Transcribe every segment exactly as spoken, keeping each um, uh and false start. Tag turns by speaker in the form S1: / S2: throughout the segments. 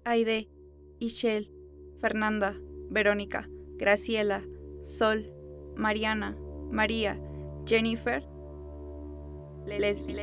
S1: Aide, Ishel, Fernanda, Verónica, Graciela, Sol, Mariana, María, Jennifer, Lesbi.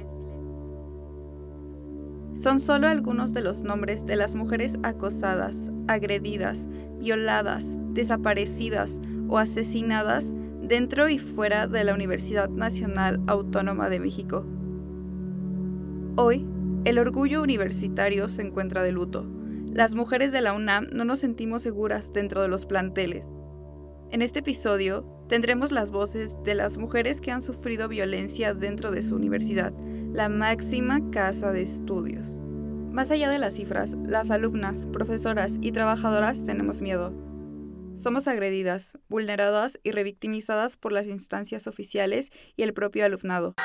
S1: Son solo algunos de los nombres de las mujeres acosadas, agredidas, violadas, desaparecidas o asesinadas dentro y fuera de la Universidad Nacional Autónoma de México. Hoy, el orgullo universitario se encuentra de luto. Las mujeres de la UNAM no nos sentimos seguras dentro de los planteles. En este episodio tendremos las voces de las mujeres que han sufrido violencia dentro de su universidad, la máxima casa de estudios. Más allá de las cifras, las alumnas, profesoras y trabajadoras tenemos miedo. Somos agredidas, vulneradas y revictimizadas por las instancias oficiales y el propio alumnado.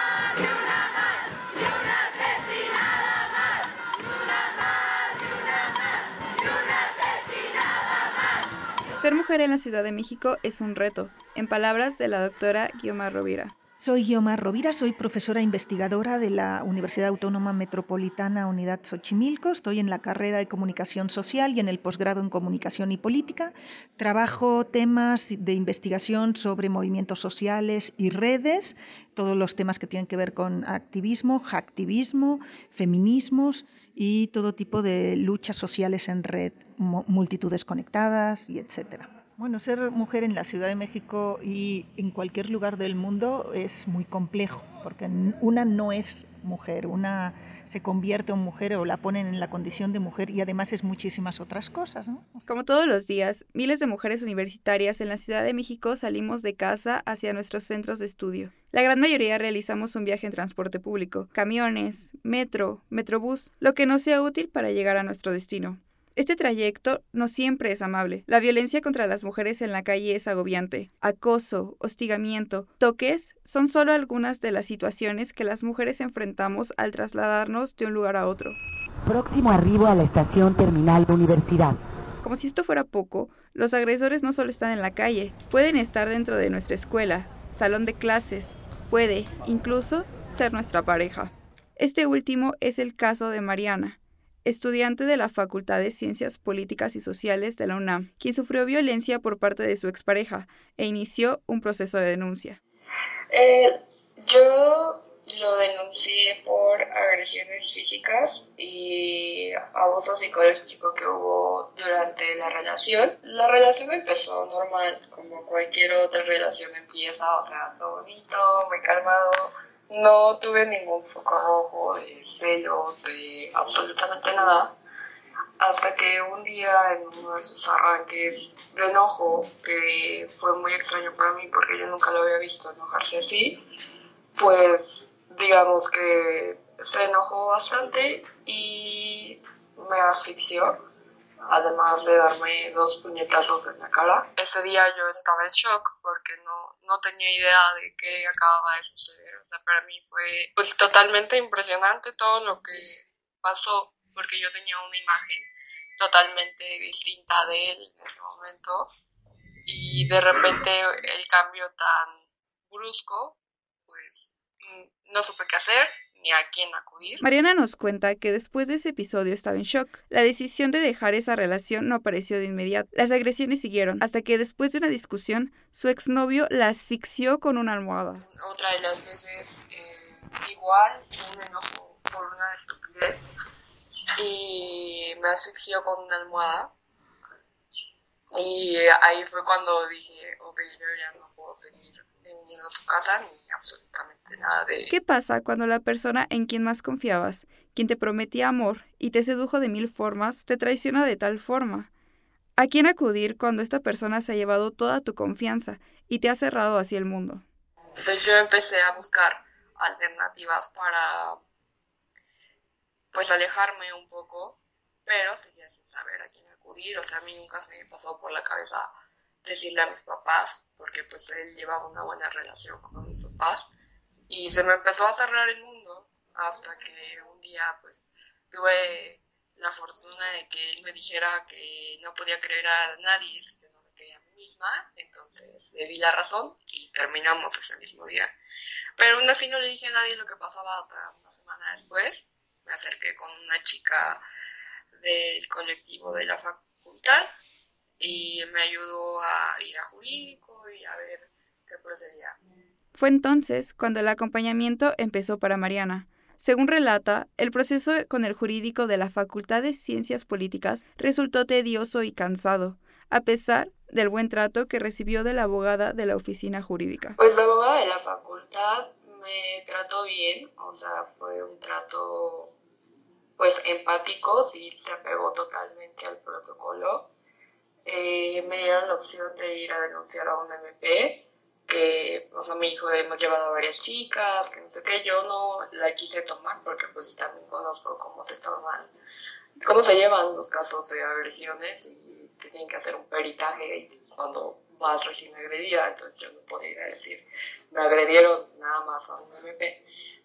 S1: Ser mujer en la Ciudad de México es un reto, en palabras de la doctora Guiomar Rovira.
S2: Soy Guiomar Rovira, soy profesora investigadora de la Universidad Autónoma Metropolitana Unidad Xochimilco. Estoy en la carrera de Comunicación Social y en el posgrado en Comunicación y Política. Trabajo temas de investigación sobre movimientos sociales y redes, todos los temas que tienen que ver con activismo, hacktivismo, feminismos y todo tipo de luchas sociales en red, multitudes conectadas y etcétera. Bueno, ser mujer en la Ciudad de México y en cualquier lugar del mundo es muy complejo, porque una no es mujer, una se convierte en mujer o la ponen en la condición de mujer y además es muchísimas otras cosas, ¿no?
S1: Como todos los días, miles de mujeres universitarias en la Ciudad de México salimos de casa hacia nuestros centros de estudio. La gran mayoría realizamos un viaje en transporte público, camiones, metro, metrobús, lo que nos sea útil para llegar a nuestro destino. Este trayecto no siempre es amable. La violencia contra las mujeres en la calle es agobiante. Acoso, hostigamiento, toques son solo algunas de las situaciones que las mujeres enfrentamos al trasladarnos de un lugar a otro.
S3: Próximo arribo a la estación Terminal Universidad.
S1: Como si esto fuera poco, los agresores no solo están en la calle, pueden estar dentro de nuestra escuela, salón de clases, puede, incluso, ser nuestra pareja. Este último es el caso de Mariana, estudiante de la Facultad de Ciencias Políticas y Sociales de la UNAM, quien sufrió violencia por parte de su expareja e inició un proceso de denuncia.
S4: Eh, yo lo denuncié por agresiones físicas y abuso psicológico que hubo durante la relación. La relación empezó normal, como cualquier otra relación empieza, o sea, todo bonito, muy calmado. No tuve ningún foco rojo de celos, de absolutamente nada, hasta que un día en uno de sus arranques de enojo, que fue muy extraño para mí porque yo nunca lo había visto enojarse así, pues digamos que se enojó bastante y me asfixió, además de darme dos puñetazos en la cara. Ese día yo estaba en shock porque no, no tenía idea de qué acababa de suceder. O sea, para mí fue pues totalmente impresionante todo lo que pasó, porque yo tenía una imagen totalmente distinta de él en ese momento y de repente el cambio tan brusco, pues no supe qué hacer ni a quién acudir.
S1: Mariana nos cuenta que después de ese episodio estaba en shock. La decisión de dejar esa relación no apareció de inmediato. Las agresiones siguieron, hasta que después de una discusión, su exnovio la asfixió con una almohada.
S4: Otra de las veces, eh, igual, un enojo por una estupidez, y me asfixió con una almohada. Y ahí fue cuando dije, ok, yo ya no puedo seguir viniendo a su casa ni absolutamente nada de...
S1: ¿Qué pasa cuando la persona en quien más confiabas, quien te prometía amor y te sedujo de mil formas, te traiciona de tal forma? ¿A quién acudir cuando esta persona se ha llevado toda tu confianza y te ha cerrado hacia el mundo?
S4: Entonces yo empecé a buscar alternativas para, pues, alejarme un poco, pero seguía sin saber a quién acudir. O sea, a mí nunca se me pasó por la cabeza decirle a mis papás, porque pues él llevaba una buena relación con mis papás, y se me empezó a cerrar el mundo, hasta que un día pues tuve la fortuna de que él me dijera que no podía creer a nadie si yo no me creía a mí misma. Entonces le di la razón y terminamos ese mismo día. Pero aún así no le dije a nadie lo que pasaba hasta una semana después. Me acerqué con una chica del colectivo de la facultad y me ayudó a ir a jurídico y a ver qué procedía.
S1: Fue entonces cuando el acompañamiento empezó para Mariana. Según relata, el proceso con el jurídico de la Facultad de Ciencias Políticas resultó tedioso y cansado, a pesar del buen trato que recibió de la abogada de la oficina jurídica.
S4: Pues la abogada de la facultad me trató bien, o sea, fue un trato pues empático, sí se apegó totalmente al protocolo. Eh, me dieron la opción de ir a denunciar a un M P, que, o sea, me dijo, hemos llevado a varias chicas, que no sé qué, yo no la quise tomar porque pues también conozco cómo se toman, cómo se llevan los casos de agresiones y que tienen que hacer un peritaje cuando vas recién agredida, entonces yo no podía decir, me agredieron nada más a un M P,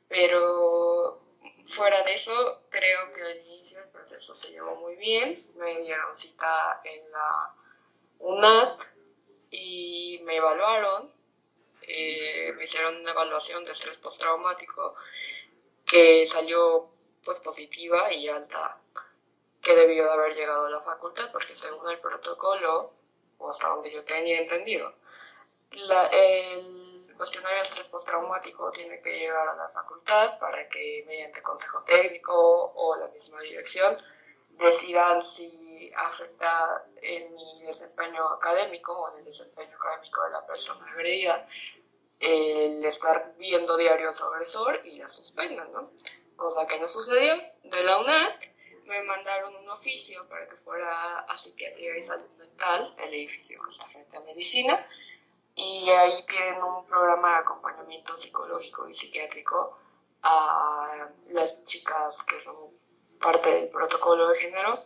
S4: pero fuera de eso, creo que al inicio el proceso se llevó muy bien, me dieron cita en la U N A T y me evaluaron. Eh, me hicieron una evaluación de estrés postraumático que salió pues positiva y alta, que debió de haber llegado a la facultad porque según el protocolo, o hasta donde yo tenía entendido, la, el cuestionario de estrés postraumático tiene que llegar a la facultad para que mediante consejo técnico o la misma dirección decidan si afecta en mi desempeño académico o en el desempeño académico de la persona agredida el estar viendo diario a su agresor y la suspendan, ¿no? Cosa que no sucedió. De la U N A T me mandaron un oficio para que fuera a psiquiatría y salud mental, el edificio que está frente a medicina, y ahí tienen un programa de acompañamiento psicológico y psiquiátrico a las chicas que son parte del protocolo de género.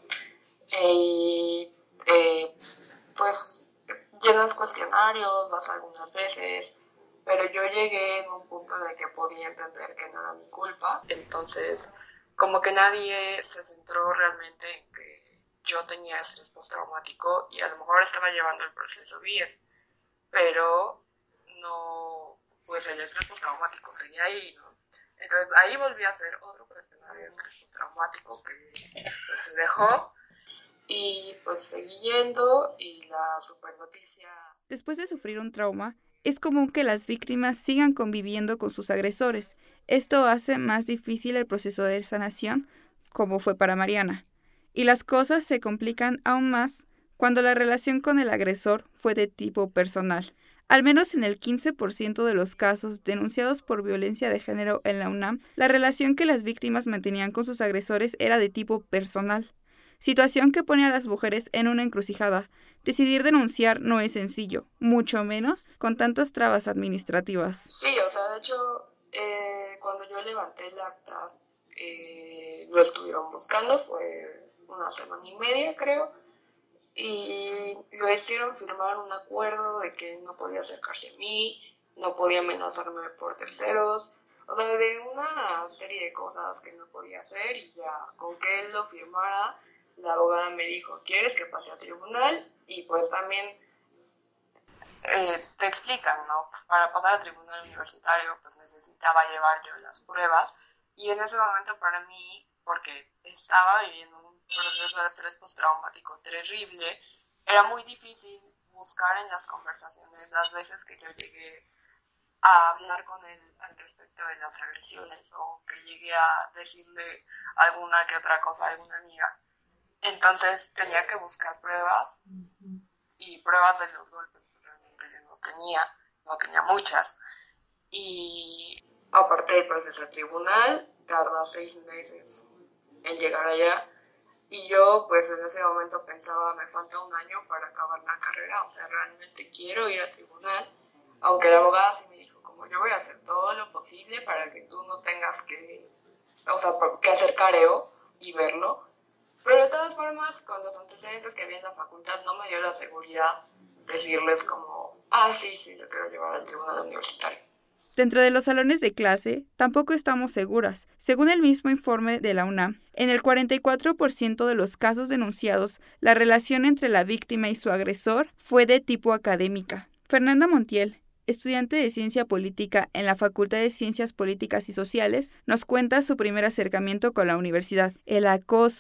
S4: Y eh, pues llenas cuestionarios, vas algunas veces, pero yo llegué en un punto de que podía entender que no era mi culpa, entonces como que nadie se centró realmente en que yo tenía estrés postraumático y a lo mejor estaba llevando el proceso bien, pero no, pues el estrés postraumático seguía ahí, ¿no? Entonces ahí volví a hacer otro cuestionario de estrés postraumático que pues, se dejó. Y pues seguí yendo y la super noticia...
S1: Después de sufrir un trauma, es común que las víctimas sigan conviviendo con sus agresores. Esto hace más difícil el proceso de sanación, como fue para Mariana. Y las cosas se complican aún más cuando la relación con el agresor fue de tipo personal. Al menos en el quince por ciento de los casos denunciados por violencia de género en la UNAM, la relación que las víctimas mantenían con sus agresores era de tipo personal. Situación que pone a las mujeres en una encrucijada. Decidir denunciar no es sencillo, mucho menos con tantas trabas administrativas.
S4: Sí, o sea, de hecho, eh, cuando yo levanté el acta, eh, lo estuvieron buscando, fue una semana y media, creo, y lo hicieron firmar un acuerdo de que no podía acercarse a mí, no podía amenazarme por terceros, o sea, de una serie de cosas que no podía hacer, y ya, con que él lo firmara, la abogada me dijo, ¿quieres que pase a tribunal? Y pues también eh, te explican, ¿no? Para pasar a tribunal universitario, pues necesitaba llevar yo las pruebas. Y en ese momento para mí, porque estaba viviendo un proceso de estrés postraumático terrible, era muy difícil buscar en las conversaciones las veces que yo llegué a hablar con él al respecto de las agresiones o que llegué a decirle alguna que otra cosa a alguna amiga. Entonces tenía que buscar pruebas y pruebas de los golpes, pues realmente yo no tenía, no tenía muchas. Y aparte del proceso de tribunal, tarda seis meses en llegar allá. Y yo pues en ese momento pensaba, me falta un año para acabar la carrera, o sea, realmente quiero ir a tribunal. Aunque la abogada sí me dijo, como yo voy a hacer todo lo posible para que tú no tengas que, o sea, que hacer careo y verlo. Pero de todas formas, con los antecedentes que había en la facultad, no me dio la seguridad decirles como, ah, sí, sí, yo quiero llevar al tribunal universitario.
S1: Dentro de los salones de clase, tampoco estamos seguras. Según el mismo informe de la UNAM, en el cuarenta y cuatro por ciento de los casos denunciados, la relación entre la víctima y su agresor fue de tipo académica. Fernanda Montiel, estudiante de Ciencia Política en la Facultad de Ciencias Políticas y Sociales, nos cuenta su primer acercamiento con la universidad. El acoso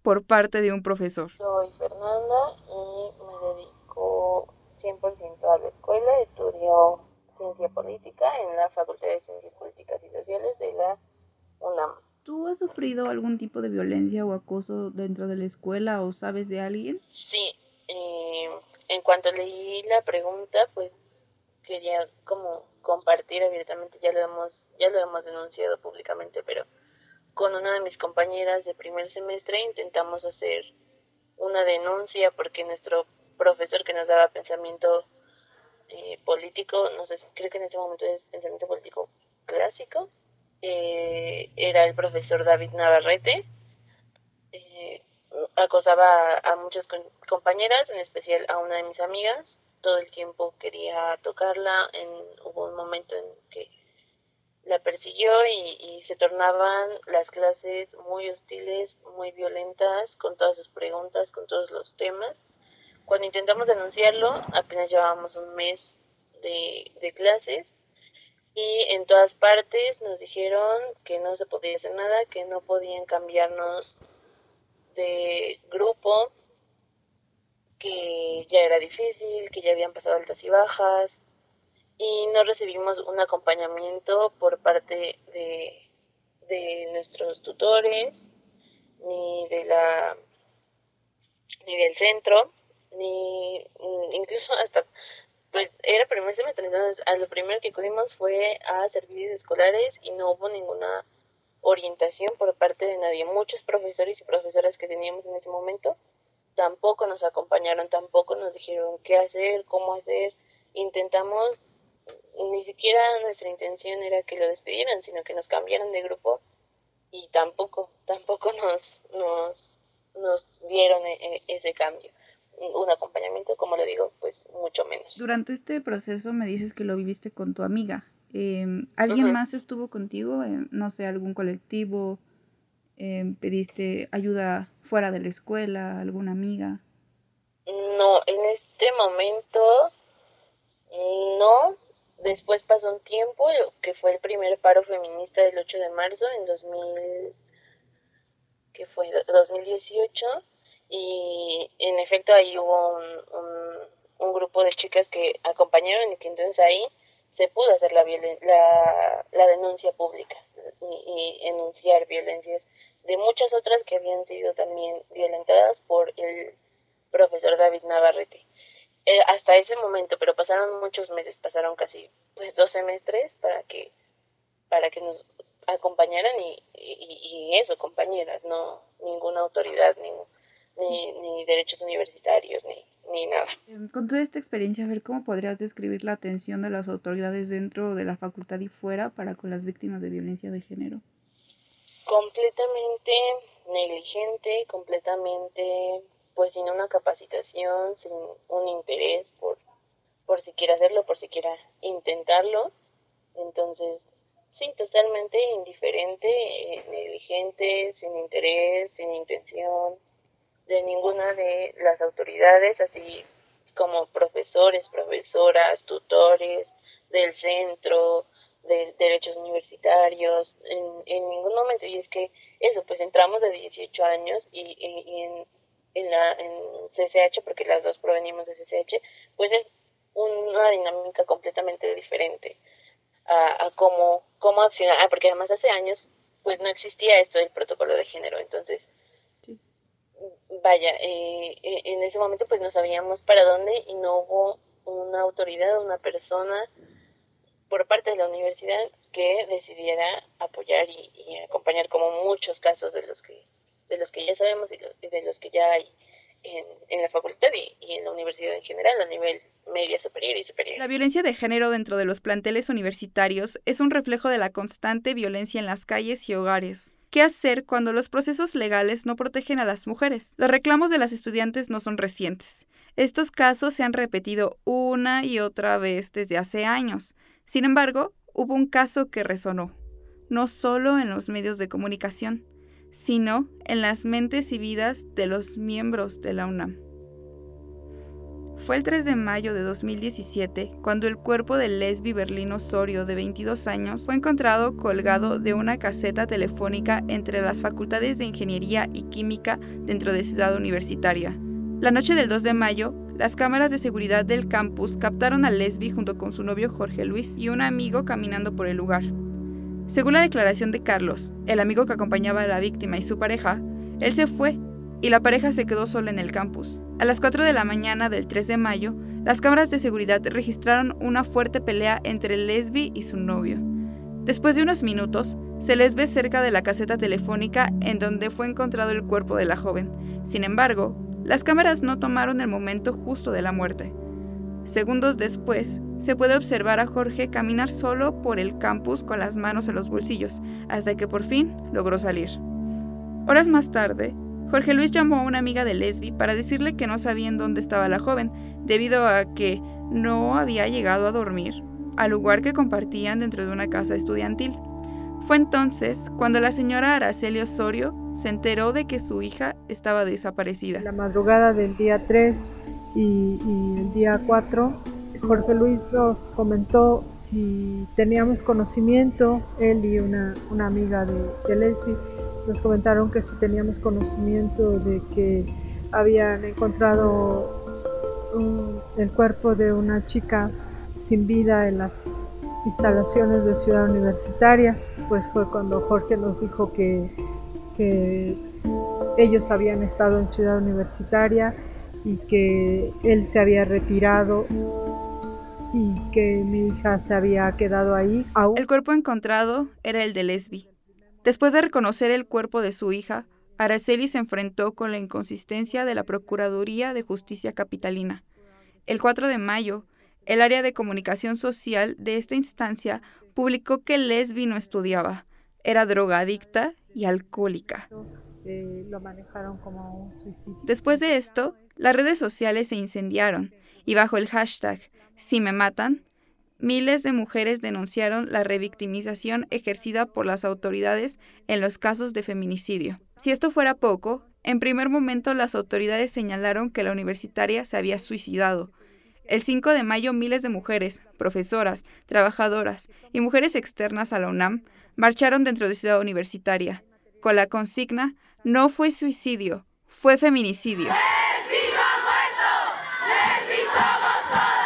S1: por parte de un profesor.
S5: Soy Fernanda y me dedico cien por ciento a la escuela. Estudio Ciencia Política en la Facultad de Ciencias Políticas y Sociales de la UNAM.
S1: ¿Tú has sufrido algún tipo de violencia o acoso dentro de la escuela o sabes de alguien?
S5: Sí, eh, en cuanto leí la pregunta, pues quería como compartir abiertamente, ya lo hemos, ya lo hemos denunciado públicamente, pero con una de mis compañeras de primer semestre intentamos hacer una denuncia porque nuestro profesor que nos daba pensamiento eh, político, no sé, creo que en ese momento es pensamiento político clásico, eh, era el profesor David Navarrete, eh, acosaba a, a muchas con, compañeras, en especial a una de mis amigas, todo el tiempo quería tocarla, en, hubo un momento en que la persiguió y, y se tornaban las clases muy hostiles, muy violentas, con todas sus preguntas, con todos los temas. Cuando intentamos denunciarlo, apenas llevábamos un mes de, de clases y en todas partes nos dijeron que no se podía hacer nada, que no podían cambiarnos de grupo, que ya era difícil, que ya habían pasado altas y bajas, y no recibimos un acompañamiento por parte de, de nuestros tutores, ni de la ni del centro, ni incluso hasta, pues era primer semestre, entonces a lo primero que acudimos fue a servicios escolares y no hubo ninguna orientación por parte de nadie. Muchos profesores y profesoras que teníamos en ese momento tampoco nos acompañaron, tampoco nos dijeron qué hacer, cómo hacer. Intentamos, ni siquiera nuestra intención era que lo despidieran, sino que nos cambiaran de grupo y tampoco, tampoco nos, nos, nos dieron ese cambio. Un acompañamiento, como lo digo, pues mucho menos.
S1: Durante este proceso me dices que lo viviste con tu amiga. Eh, ¿Alguien uh-huh. más estuvo contigo? Eh, no sé, algún colectivo. Eh, ¿Pediste ayuda fuera de la escuela? ¿Alguna amiga?
S5: No, en este momento no. Después pasó un tiempo, que fue el primer paro feminista del ocho de marzo en dos mil, que fue dos mil dieciocho, y en efecto ahí hubo un, un, un grupo de chicas que acompañaron y que entonces ahí se pudo hacer la, violen- la, la denuncia pública y, y enunciar violencias de muchas otras que habían sido también violentadas por el profesor David Navarrete. Eh, hasta ese momento, pero pasaron muchos meses, pasaron casi pues dos semestres para que para que nos acompañaran y, y, y eso, compañeras, no ninguna autoridad, ni, ni, ni derechos universitarios, ni, ni nada.
S1: Con toda esta experiencia, a ver, ¿cómo podrías describir la atención de las autoridades dentro de la facultad y fuera para con las víctimas de violencia de género?
S5: Completamente negligente, completamente pues sin una capacitación, sin un interés por, por siquiera hacerlo, por siquiera intentarlo. Entonces, sí, totalmente indiferente, eh, negligente, sin interés, sin intención de ninguna de las autoridades, así como profesores, profesoras, tutores del centro, de derechos universitarios, en, en ningún momento. Y es que eso, pues entramos de dieciocho años y, y, y en en la en C C H, porque las dos provenimos de C C H, pues es una dinámica completamente diferente a, a cómo, cómo accionar, ah, porque además hace años pues no existía esto del protocolo de género, entonces sí. vaya, eh, en ese momento pues no sabíamos para dónde y no hubo una autoridad, una persona por parte de la universidad que decidiera apoyar y, y acompañar, como muchos casos de los que de los que ya sabemos y de los que ya hay en, en la facultad y, y en la universidad en general, a nivel media superior y superior.
S1: La violencia de género dentro de los planteles universitarios es un reflejo de la constante violencia en las calles y hogares. ¿Qué hacer cuando los procesos legales no protegen a las mujeres? Los reclamos de las estudiantes no son recientes. Estos casos se han repetido una y otra vez desde hace años. Sin embargo, hubo un caso que resonó, no solo en los medios de comunicación, sino en las mentes y vidas de los miembros de la UNAM. Fue el tres de mayo de dos mil diecisiete cuando el cuerpo de Lesbi Berlín Osorio, de veintidós años, fue encontrado colgado de una caseta telefónica entre las facultades de Ingeniería y Química dentro de Ciudad Universitaria. La noche del dos de mayo, las cámaras de seguridad del campus captaron a Lesbi junto con su novio Jorge Luis y un amigo caminando por el lugar. Según la declaración de Carlos, el amigo que acompañaba a la víctima y su pareja, él se fue y la pareja se quedó sola en el campus. A las cuatro de la mañana del tres de mayo, las cámaras de seguridad registraron una fuerte pelea entre Lesbi y su novio. Después de unos minutos, se les ve cerca de la caseta telefónica en donde fue encontrado el cuerpo de la joven. Sin embargo, las cámaras no tomaron el momento justo de la muerte. Segundos después, se puede observar a Jorge caminar solo por el campus con las manos en los bolsillos, hasta que por fin logró salir. Horas más tarde, Jorge Luis llamó a una amiga de Lesbi para decirle que no sabían dónde estaba la joven, debido a que no había llegado a dormir al lugar que compartían dentro de una casa estudiantil. Fue entonces cuando la señora Araceli Osorio se enteró de que su hija estaba desaparecida.
S6: La madrugada del día tres y, y el día cuatro, Jorge Luis nos comentó si teníamos conocimiento, él y una, una amiga de, de Lesbi, nos comentaron que si teníamos conocimiento de que habían encontrado un, el cuerpo de una chica sin vida en las instalaciones de Ciudad Universitaria. Pues fue cuando Jorge nos dijo que, que ellos habían estado en Ciudad Universitaria y que él se había retirado y que mi hija se había quedado ahí.
S1: El cuerpo encontrado era el de Lesbi. Después de reconocer el cuerpo de su hija, Araceli se enfrentó con la inconsistencia de la Procuraduría de Justicia Capitalina. El cuatro de mayo, el área de comunicación social de esta instancia publicó que Lesbi no estudiaba, era drogadicta y alcohólica.
S6: Eh, lo manejaron como un suicidio.
S1: Después de esto, las redes sociales se incendiaron y bajo el hashtag Si me matan, miles de mujeres denunciaron la revictimización ejercida por las autoridades en los casos de feminicidio. Si esto fuera poco, en primer momento las autoridades señalaron que la universitaria se había suicidado. El cinco de mayo, miles de mujeres, profesoras, trabajadoras y mujeres externas a la UNAM marcharon dentro de Ciudad Universitaria, con la consigna "No fue suicidio, fue feminicidio".
S7: ¡Lesbi no ha muerto! ¡Lesbi somos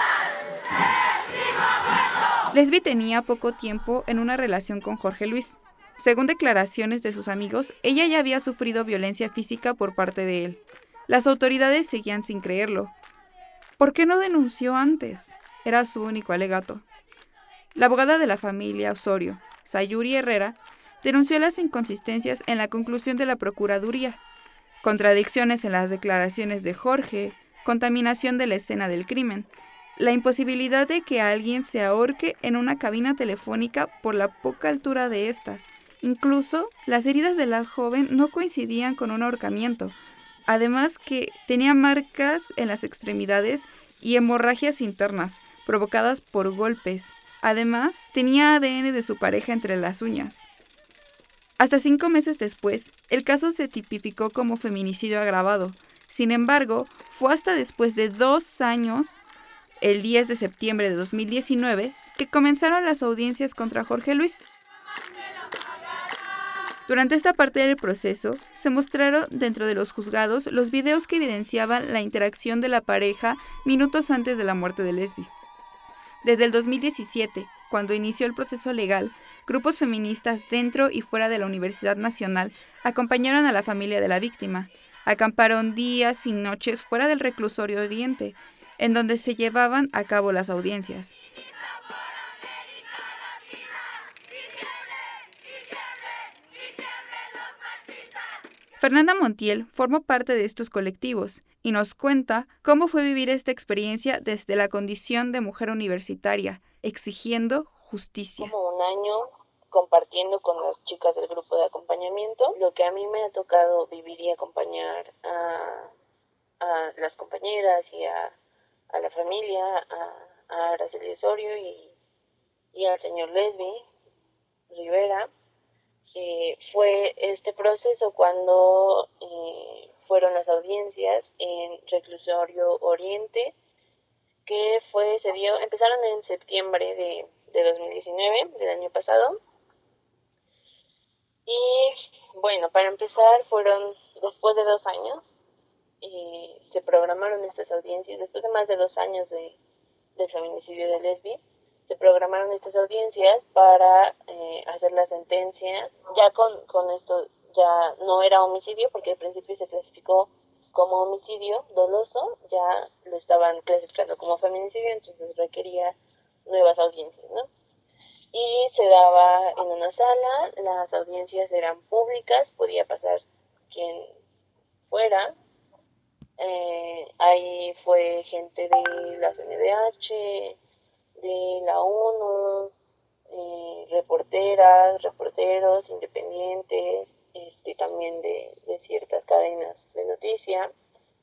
S7: todas! ¡Lesbi no ha muerto!
S1: Lesbi tenía poco tiempo en una relación con Jorge Luis. Según declaraciones de sus amigos, ella ya había sufrido violencia física por parte de él. Las autoridades seguían sin creerlo. ¿Por qué no denunció antes? Era su único alegato. La abogada de la familia Osorio, Sayuri Herrera, denunció las inconsistencias en la conclusión de la Procuraduría, contradicciones en las declaraciones de Jorge, contaminación de la escena del crimen, la imposibilidad de que alguien se ahorque en una cabina telefónica por la poca altura de esta. Incluso, las heridas de la joven no coincidían con un ahorcamiento. Además que tenía marcas en las extremidades y hemorragias internas provocadas por golpes. Además, tenía A D N de su pareja entre las uñas. Hasta cinco meses después, el caso se tipificó como feminicidio agravado. Sin embargo, fue hasta después de dos años, el diez de septiembre de dos mil diecinueve, que comenzaron las audiencias contra Jorge Luis. Durante esta parte del proceso, se mostraron dentro de los juzgados los videos que evidenciaban la interacción de la pareja minutos antes de la muerte de Lesbi. Desde el dos mil diecisiete, cuando inició el proceso legal, grupos feministas dentro y fuera de la Universidad Nacional acompañaron a la familia de la víctima. Acamparon días y noches fuera del reclusorio Oriente, en donde se llevaban a cabo las audiencias. Fernanda Montiel formó parte de estos colectivos y nos cuenta cómo fue vivir esta experiencia desde la condición de mujer universitaria, exigiendo justicia.
S5: Como un año compartiendo con las chicas del grupo de acompañamiento, lo que a mí me ha tocado vivir y acompañar a, a las compañeras y a, a la familia, a, a Araceli Osorio y, y al señor Lesbi Rivera. Eh, fue este proceso cuando eh, fueron las audiencias en Reclusorio Oriente que fue, se dio, empezaron en septiembre de, de dos mil diecinueve, del año pasado. Y bueno, para empezar, fueron después de dos años, y se programaron estas audiencias, después de más de dos años de, del feminicidio de Lesbi, se programaron estas audiencias para eh, hacer la sentencia. Ya con, con esto ya no era homicidio, porque al principio se clasificó como homicidio doloso, ya lo estaban clasificando como feminicidio, entonces requería nuevas audiencias, ¿no? Y se daba en una sala, las audiencias eran públicas, podía pasar quien fuera. Eh, ahí fue gente de la C N D H, de la ONU, eh, reporteras, reporteros independientes, este, también de, de ciertas cadenas de noticia,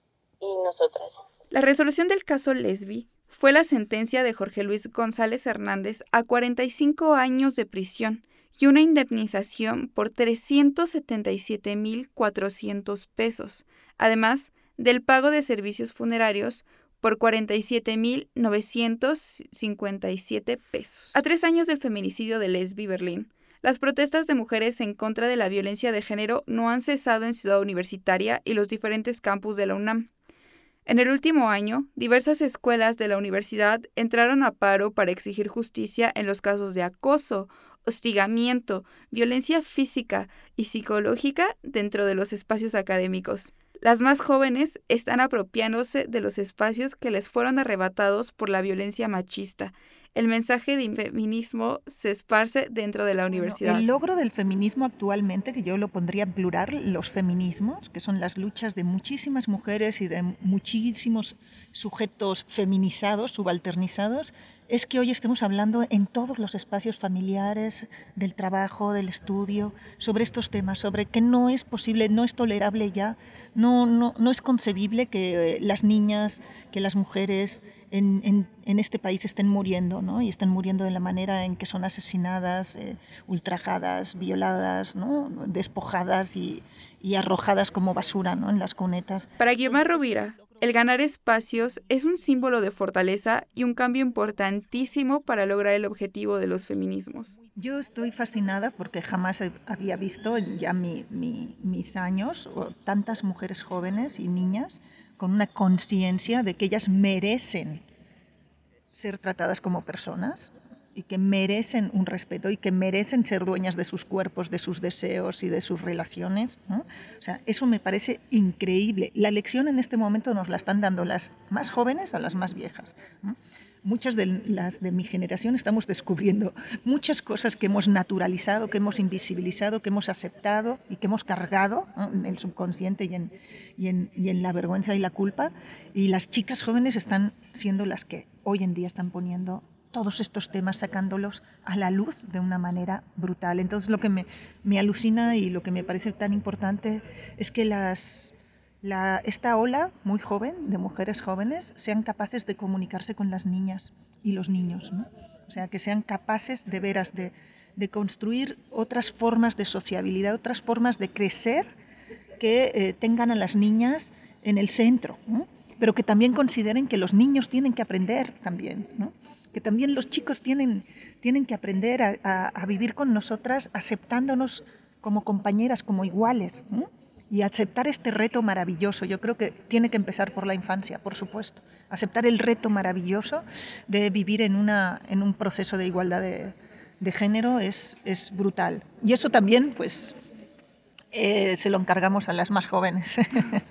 S5: y nosotras.
S1: La resolución del caso Lesbi fue la sentencia de Jorge Luis González Hernández a cuarenta y cinco años de prisión y una indemnización por trescientos setenta y siete mil cuatrocientos pesos, además del pago de servicios funerarios por cuarenta y siete mil novecientos cincuenta y siete pesos. A tres años del feminicidio de Lesbi Berlín, las protestas de mujeres en contra de la violencia de género no han cesado en Ciudad Universitaria y los diferentes campus de la UNAM. En el último año, diversas escuelas de la universidad entraron a paro para exigir justicia en los casos de acoso, hostigamiento, violencia física y psicológica dentro de los espacios académicos. Las más jóvenes están apropiándose de los espacios que les fueron arrebatados por la violencia machista. El mensaje de feminismo se esparce dentro de la universidad.
S2: Bueno, el logro del feminismo actualmente, que yo lo pondría en plural, los feminismos, que son las luchas de muchísimas mujeres y de muchísimos sujetos feminizados, subalternizados, es que hoy estemos hablando en todos los espacios familiares, del trabajo, del estudio, sobre estos temas, sobre que no es posible, no es tolerable ya, no, no, no es concebible que eh, las niñas, que las mujeres en, en, en este país estén muriendo, ¿no? Y están muriendo de la manera en que son asesinadas, eh, ultrajadas, violadas, ¿no? Despojadas y, y arrojadas como basura, ¿no? En las cunetas.
S1: Para Guiomar Rovira, el ganar espacios es un símbolo de fortaleza y un cambio importantísimo para lograr el objetivo de los feminismos.
S2: Yo estoy fascinada porque jamás había visto en ya mi, mi, mis años tantas mujeres jóvenes y niñas con una conciencia de que ellas merecen ser tratadas como personas y que merecen un respeto y que merecen ser dueñas de sus cuerpos, de sus deseos y de sus relaciones, ¿no? O sea, eso me parece increíble. La lección en este momento nos la están dando las más jóvenes a las más viejas, ¿no? Muchas de las de mi generación estamos descubriendo muchas cosas que hemos naturalizado, que hemos invisibilizado, que hemos aceptado y que hemos cargado, ¿no? En el subconsciente y en, y, en, y en la vergüenza y la culpa. Y las chicas jóvenes están siendo las que hoy en día están poniendo todos estos temas, sacándolos a la luz de una manera brutal. Entonces lo que me, me alucina y lo que me parece tan importante es que las... La, esta ola muy joven, de mujeres jóvenes, sean capaces de comunicarse con las niñas y los niños, ¿no? O sea, que sean capaces de veras de, de construir otras formas de sociabilidad, otras formas de crecer que eh, tengan a las niñas en el centro, ¿no? Pero que también consideren que los niños tienen que aprender también, ¿no? Que también los chicos tienen, tienen que aprender a, a, a vivir con nosotras aceptándonos como compañeras, como iguales, ¿no? Y aceptar este reto maravilloso. Yo creo que tiene que empezar por la infancia, por supuesto. Aceptar el reto maravilloso de vivir en, una, en un proceso de igualdad de, de género es, es brutal. Y eso también, pues, eh, se lo encargamos a las más jóvenes,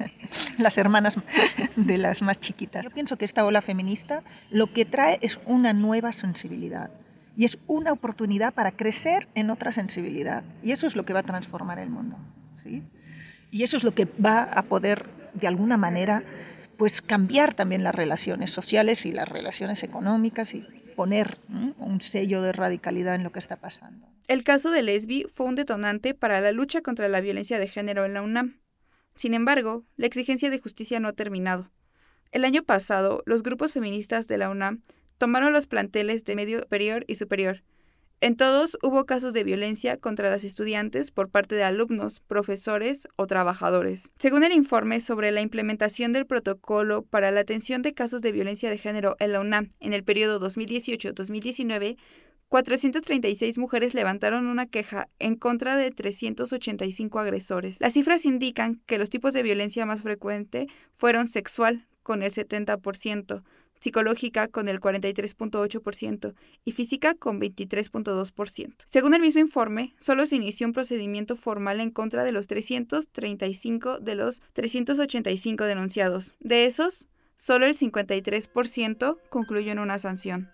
S2: las hermanas de las más chiquitas. Yo pienso que esta ola feminista lo que trae es una nueva sensibilidad. Y es una oportunidad para crecer en otra sensibilidad. Y eso es lo que va a transformar el mundo, ¿sí? Y eso es lo que va a poder, de alguna manera, pues cambiar también las relaciones sociales y las relaciones económicas y poner, ¿no?, un sello de radicalidad en lo que está pasando.
S1: El caso de Lesbi fue un detonante para la lucha contra la violencia de género en la UNAM. Sin embargo, la exigencia de justicia no ha terminado. El año pasado, los grupos feministas de la UNAM tomaron los planteles de medio superior y superior, En todos hubo casos de violencia contra las estudiantes por parte de alumnos, profesores o trabajadores. Según el informe sobre la implementación del protocolo para la atención de casos de violencia de género en la UNAM en el periodo dos mil dieciocho a dos mil diecinueve, cuatrocientas treinta y seis mujeres levantaron una queja en contra de trescientos ochenta y cinco agresores. Las cifras indican que los tipos de violencia más frecuentes fueron sexual, con el setenta por ciento, psicológica con el cuarenta y tres punto ocho por ciento y física con veintitrés punto dos por ciento. Según el mismo informe, solo se inició un procedimiento formal en contra de los trescientos treinta y cinco de los trescientos ochenta y cinco denunciados. De esos, solo el cincuenta y tres por ciento concluyó en una sanción.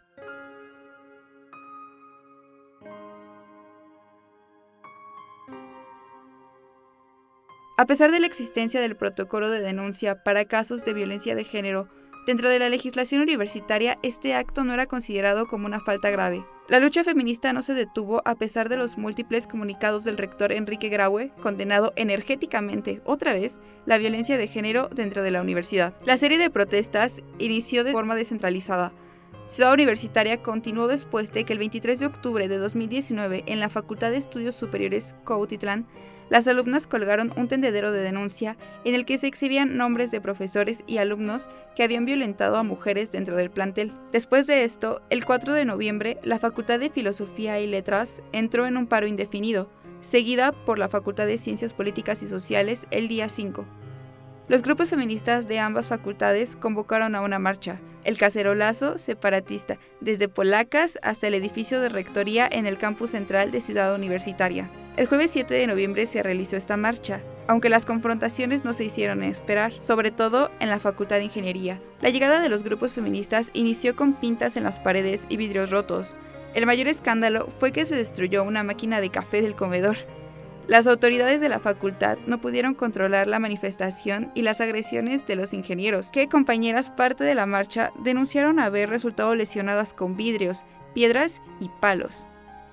S1: A pesar de la existencia del protocolo de denuncia para casos de violencia de género, dentro de la legislación universitaria, este acto no era considerado como una falta grave. La lucha feminista no se detuvo a pesar de los múltiples comunicados del rector Enrique Graue, condenado energéticamente, otra vez, la violencia de género dentro de la universidad. La serie de protestas inició de forma descentralizada. Ciudad Universitaria continuó después de que el veintitrés de octubre de dos mil diecinueve, en la Facultad de Estudios Superiores Cuautitlán, las alumnas colgaron un tendedero de denuncia en el que se exhibían nombres de profesores y alumnos que habían violentado a mujeres dentro del plantel. Después de esto, el cuatro de noviembre, la Facultad de Filosofía y Letras entró en un paro indefinido, seguida por la Facultad de Ciencias Políticas y Sociales el día cinco. Los grupos feministas de ambas facultades convocaron a una marcha, el cacerolazo separatista, desde Polacas hasta el edificio de rectoría en el campus central de Ciudad Universitaria. El jueves siete de noviembre se realizó esta marcha, aunque las confrontaciones no se hicieron esperar, sobre todo en la Facultad de Ingeniería. La llegada de los grupos feministas inició con pintas en las paredes y vidrios rotos. El mayor escándalo fue que se destruyó una máquina de café del comedor. Las autoridades de la facultad no pudieron controlar la manifestación y las agresiones de los ingenieros, que compañeras parte de la marcha denunciaron haber resultado lesionadas con vidrios, piedras y palos.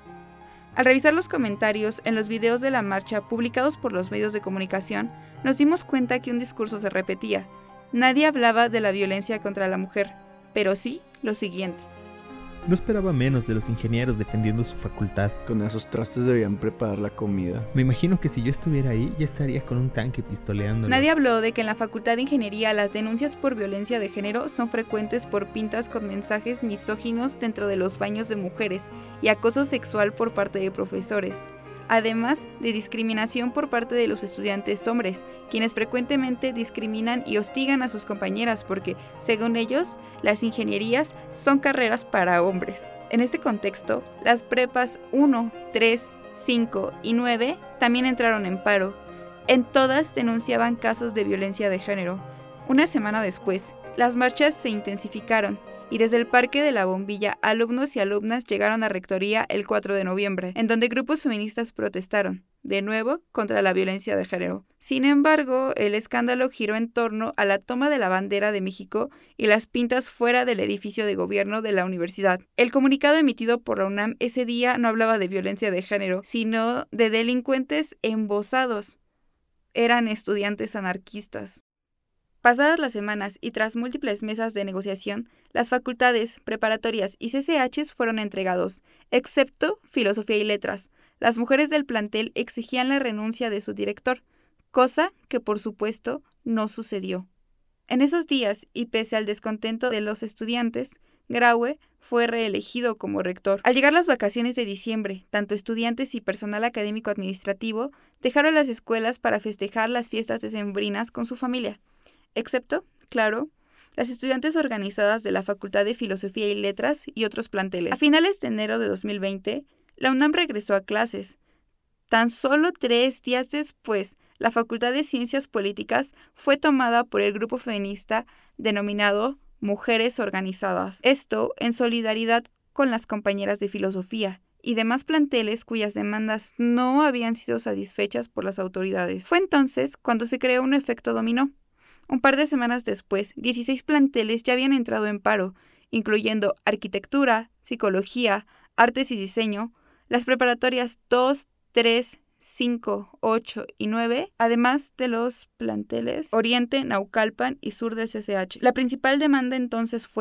S1: Al revisar los comentarios en los videos de la marcha publicados por los medios de comunicación, nos dimos cuenta que un discurso se repetía. Nadie hablaba de la violencia contra la mujer, pero sí lo siguiente.
S8: No esperaba menos de los ingenieros defendiendo su facultad.
S9: Con esos trastes debían preparar la comida.
S8: Me imagino que si yo estuviera ahí, ya estaría con un tanque pistoleando.
S1: Nadie habló de que en la Facultad de Ingeniería las denuncias por violencia de género son frecuentes por pintas con mensajes misóginos dentro de los baños de mujeres y acoso sexual por parte de profesores, además de discriminación por parte de los estudiantes hombres, quienes frecuentemente discriminan y hostigan a sus compañeras porque, según ellos, las ingenierías son carreras para hombres. En este contexto, las prepas uno, tres, cinco y nueve también entraron en paro. En todas denunciaban casos de violencia de género. Una semana después, las marchas se intensificaron, y desde el Parque de la Bombilla, alumnos y alumnas llegaron a Rectoría el cuatro de noviembre, en donde grupos feministas protestaron, de nuevo, contra la violencia de género. Sin embargo, el escándalo giró en torno a la toma de la bandera de México y las pintas fuera del edificio de gobierno de la universidad. El comunicado emitido por la UNAM ese día no hablaba de violencia de género, sino de delincuentes embosados. Eran estudiantes anarquistas. Pasadas las semanas y tras múltiples mesas de negociación, las facultades, preparatorias y C C Hs fueron entregados, excepto Filosofía y Letras. Las mujeres del plantel exigían la renuncia de su director, cosa que por supuesto no sucedió. En esos días, y pese al descontento de los estudiantes, Graue fue reelegido como rector. Al llegar las vacaciones de diciembre, tanto estudiantes y personal académico administrativo dejaron las escuelas para festejar las fiestas decembrinas con su familia. Excepto, claro, las estudiantes organizadas de la Facultad de Filosofía y Letras y otros planteles. A finales de enero de dos mil veinte, la UNAM regresó a clases. Tan solo tres días después, la Facultad de Ciencias Políticas fue tomada por el grupo feminista denominado Mujeres Organizadas. Esto en solidaridad con las compañeras de Filosofía y demás planteles cuyas demandas no habían sido satisfechas por las autoridades. Fue entonces cuando se creó un efecto dominó. Un par de semanas después, dieciséis planteles ya habían entrado en paro, incluyendo Arquitectura, Psicología, Artes y Diseño, las preparatorias dos, tres, cinco, ocho y nueve, además de los planteles Oriente, Naucalpan y Sur del C C H. La principal demanda entonces fue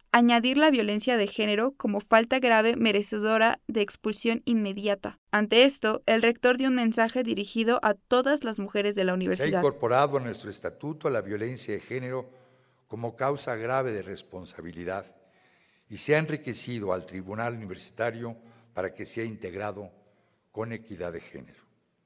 S1: añadir la violencia de género como falta grave merecedora de expulsión inmediata. Ante esto, el rector dio un mensaje dirigido a todas las mujeres de la universidad.
S10: Se ha incorporado a nuestro estatuto la violencia de género como causa grave de responsabilidad y se ha enriquecido al tribunal universitario para que sea integrado con equidad de género.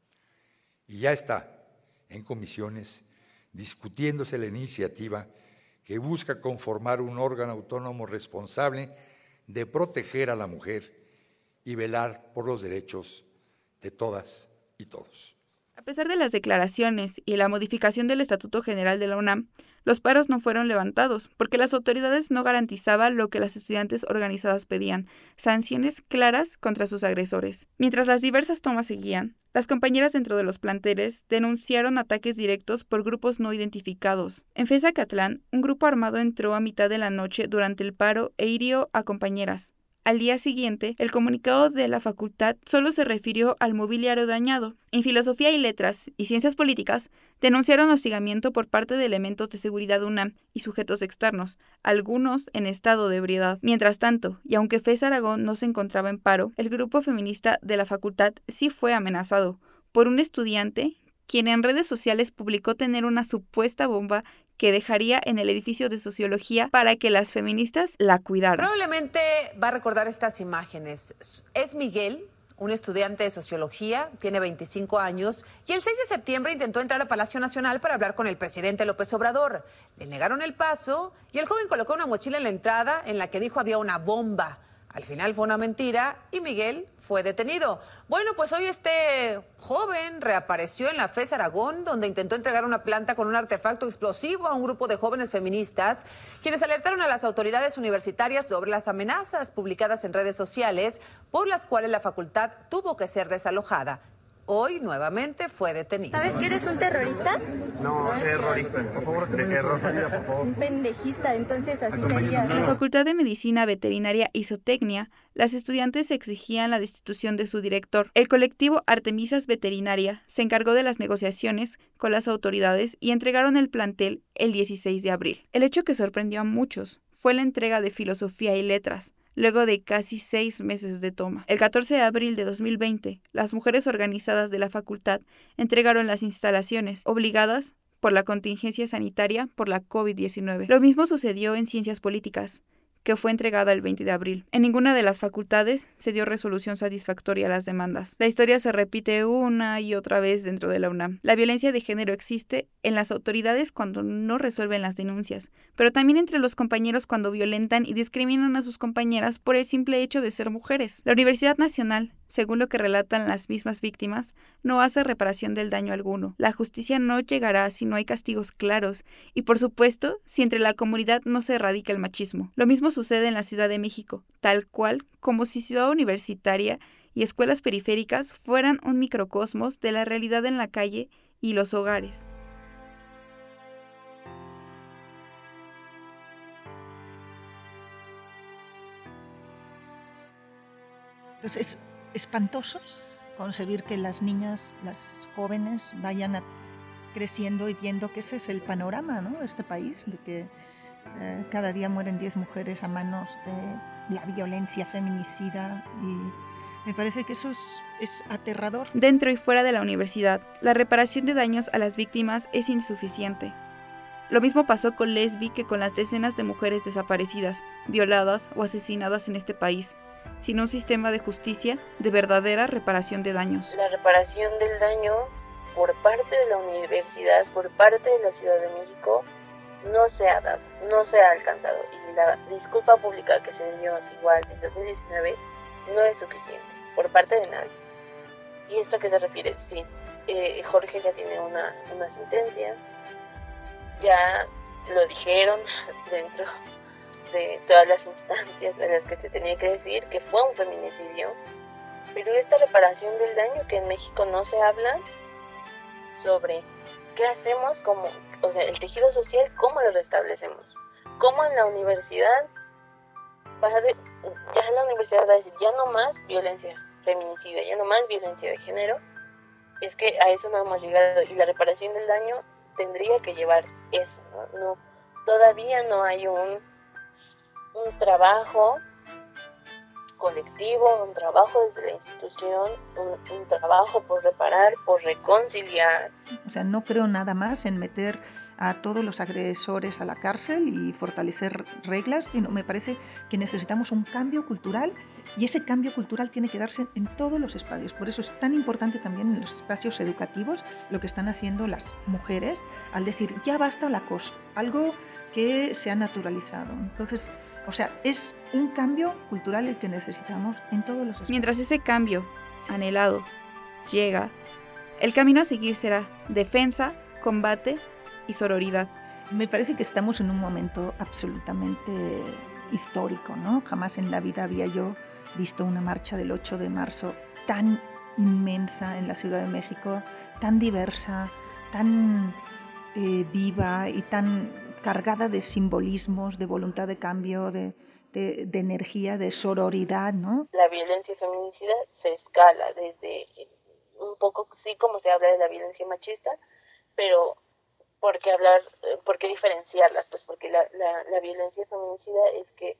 S10: Y ya está en comisiones discutiéndose la iniciativa que busca conformar un órgano autónomo responsable de proteger a la mujer y velar por los derechos de todas y todos.
S1: A pesar de las declaraciones y la modificación del Estatuto General de la UNAM, los paros no fueron levantados porque las autoridades no garantizaban lo que las estudiantes organizadas pedían, sanciones claras contra sus agresores. Mientras las diversas tomas seguían, las compañeras dentro de los planteles denunciaron ataques directos por grupos no identificados. En Fezacatlán, un grupo armado entró a mitad de la noche durante el paro e hirió a compañeras. Al día siguiente, el comunicado de la facultad solo se refirió al mobiliario dañado. En Filosofía y Letras y Ciencias Políticas, denunciaron hostigamiento por parte de elementos de seguridad UNAM y sujetos externos, algunos en estado de ebriedad. Mientras tanto, y aunque FES Aragón no se encontraba en paro, el grupo feminista de la facultad sí fue amenazado por un estudiante quien en redes sociales publicó tener una supuesta bomba que dejaría en el edificio de sociología para que las feministas la cuidaran.
S11: Probablemente va a recordar estas imágenes. Es Miguel, un estudiante de sociología, tiene veinticinco años, y el seis de septiembre intentó entrar a Palacio Nacional para hablar con el presidente López Obrador. Le negaron el paso y el joven colocó una mochila en la entrada en la que dijo había una bomba. Al final fue una mentira y Miguel fue detenido. Bueno, pues hoy este joven reapareció en la FES Aragón, donde intentó entregar una planta con un artefacto explosivo a un grupo de jóvenes feministas, quienes alertaron a las autoridades universitarias sobre las amenazas publicadas en redes sociales, por las cuales la facultad tuvo que ser desalojada. Hoy nuevamente fue detenido.
S12: ¿Sabes que eres un terrorista?
S13: No, terrorista, por favor, de error, por favor.
S12: Un pendejista, entonces así sería.
S1: En la Facultad de Medicina Veterinaria y Zootecnia, las estudiantes exigían la destitución de su director. El colectivo Artemisas Veterinaria se encargó de las negociaciones con las autoridades y entregaron el plantel el dieciséis de abril. El hecho que sorprendió a muchos fue la entrega de Filosofía y Letras, luego de casi seis meses de toma. El catorce de abril de dos mil veinte, las mujeres organizadas de la facultad entregaron las instalaciones, obligadas por la contingencia sanitaria por la COVID diecinueve. Lo mismo sucedió en Ciencias Políticas, que fue entregada el veinte de abril. En ninguna de las facultades se dio resolución satisfactoria a las demandas. La historia se repite una y otra vez dentro de la UNAM. La violencia de género existe en las autoridades cuando no resuelven las denuncias, pero también entre los compañeros cuando violentan y discriminan a sus compañeras por el simple hecho de ser mujeres. La Universidad Nacional, según lo que relatan las mismas víctimas, no hace reparación del daño alguno. La justicia no llegará si no hay castigos claros y, por supuesto, si entre la comunidad no se erradica el machismo. Lo mismo sucede en la Ciudad de México, tal cual como si Ciudad Universitaria y escuelas periféricas fueran un microcosmos de la realidad en la calle y los hogares.
S2: Entonces, es espantoso concebir que las niñas, las jóvenes, vayan a, creciendo y viendo que ese es el panorama, ¿no?, de este país, de que eh, cada día mueren diez mujeres a manos de la violencia feminicida, y me parece que eso es, es aterrador.
S1: Dentro y fuera de la universidad, la reparación de daños a las víctimas es insuficiente. Lo mismo pasó con Lesbi que con las decenas de mujeres desaparecidas, violadas o asesinadas en este país, sin un sistema de justicia de verdadera reparación de daños.
S5: La reparación del daño por parte de la universidad, por parte de la Ciudad de México, no se ha dado, no se ha alcanzado. Y la disculpa pública que se dio igual en dos mil diecinueve no es suficiente por parte de nadie. ¿Y esto a qué se refiere? Sí, eh, Jorge ya tiene una, una sentencia, ya lo dijeron dentro de todas las instancias en las que se tenía que decir que fue un feminicidio, pero esta reparación del daño que en México no se habla sobre qué hacemos, como, o sea, el tejido social, cómo lo restablecemos, cómo en la universidad va de, ya la universidad va a decir ya no más violencia feminicida, ya no más violencia de género. Es que a eso no hemos llegado, y la reparación del daño tendría que llevar eso, ¿no? No, todavía no hay un un trabajo colectivo, un trabajo desde la institución, un, un trabajo por reparar, por reconciliar.
S2: O sea, no creo nada más en meter a todos los agresores a la cárcel y fortalecer reglas, sino me parece que necesitamos un cambio cultural y ese cambio cultural tiene que darse en todos los espacios. Por eso es tan importante también en los espacios educativos lo que están haciendo las mujeres al decir ya basta el acoso, algo que se ha naturalizado. Entonces, o sea, es un cambio cultural el que necesitamos en todos los espacios.
S1: Mientras ese cambio anhelado llega, el camino a seguir será defensa, combate y sororidad.
S2: Me parece que estamos en un momento absolutamente histórico, ¿no? Jamás en la vida había yo visto una marcha del ocho de marzo tan inmensa en la Ciudad de México, tan diversa, tan eh, viva y tan cargada de simbolismos, de voluntad de cambio, de, de, de energía, de sororidad, ¿no?
S5: La violencia feminicida se escala desde un poco, sí, como se habla de la violencia machista, pero ¿por qué hablar, por qué diferenciarlas? Pues porque la, la, la violencia feminicida es que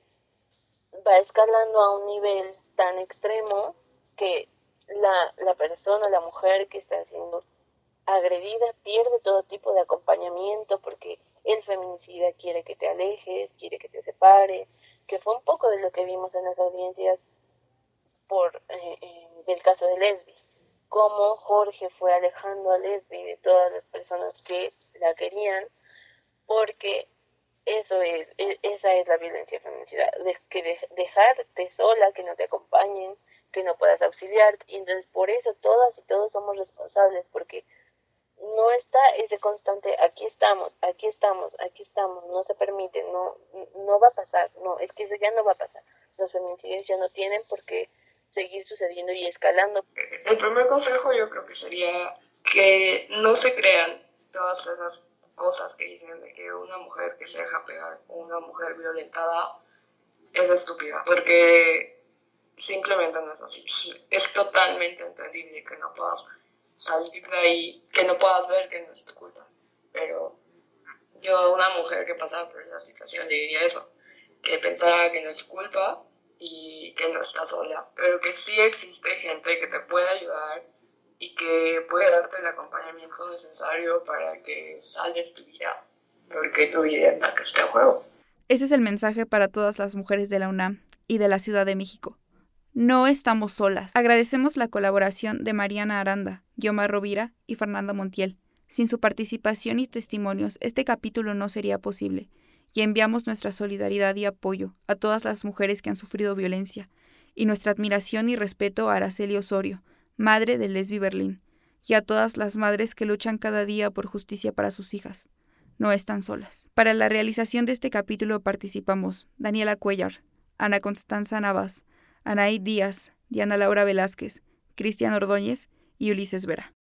S5: va escalando a un nivel tan extremo que la, la persona, la mujer que está siendo agredida pierde todo tipo de acompañamiento porque el feminicida quiere que te alejes, quiere que te separes, que fue un poco de lo que vimos en las audiencias por eh, eh, del caso de Lesbi, cómo Jorge fue alejando a Lesbi de todas las personas que la querían, porque eso es, esa es la violencia feminicida, de, que de, dejarte sola, que no te acompañen, que no puedas auxiliar, y entonces por eso todas y todos somos responsables, porque no está ese constante, aquí estamos, aquí estamos, aquí estamos, no se permite, no, no va a pasar, no, es que eso ya no va a pasar, los feminicidios ya no tienen por qué seguir sucediendo y escalando.
S4: El primer consejo yo creo que sería que no se crean todas esas cosas que dicen de que una mujer que se deja pegar o una mujer violentada es estúpida, porque simplemente no es así. Es totalmente entendible que no puedas salir de ahí, que no puedas ver que no es tu culpa, pero yo a una mujer que pasaba por esa situación le diría eso, que pensaba que no es culpa y que no está sola, pero que sí existe gente que te puede ayudar y que puede darte el acompañamiento necesario para que salves tu vida, porque tu vida es la que está en juego.
S1: Ese es el mensaje para todas las mujeres de la UNAM y de la Ciudad de México. No estamos solas. Agradecemos la colaboración de Mariana Aranda, Guiomar Rovira y Fernanda Montiel. Sin su participación y testimonios, este capítulo no sería posible, y enviamos nuestra solidaridad y apoyo a todas las mujeres que han sufrido violencia, y nuestra admiración y respeto a Araceli Osorio, madre de Lesbi Berlín, y a todas las madres que luchan cada día por justicia para sus hijas. No están solas. Para la realización de este capítulo participamos Daniela Cuellar, Ana Constanza Navas, Anaí Díaz, Diana Laura Velázquez, Cristian Ordóñez y Ulises Vera.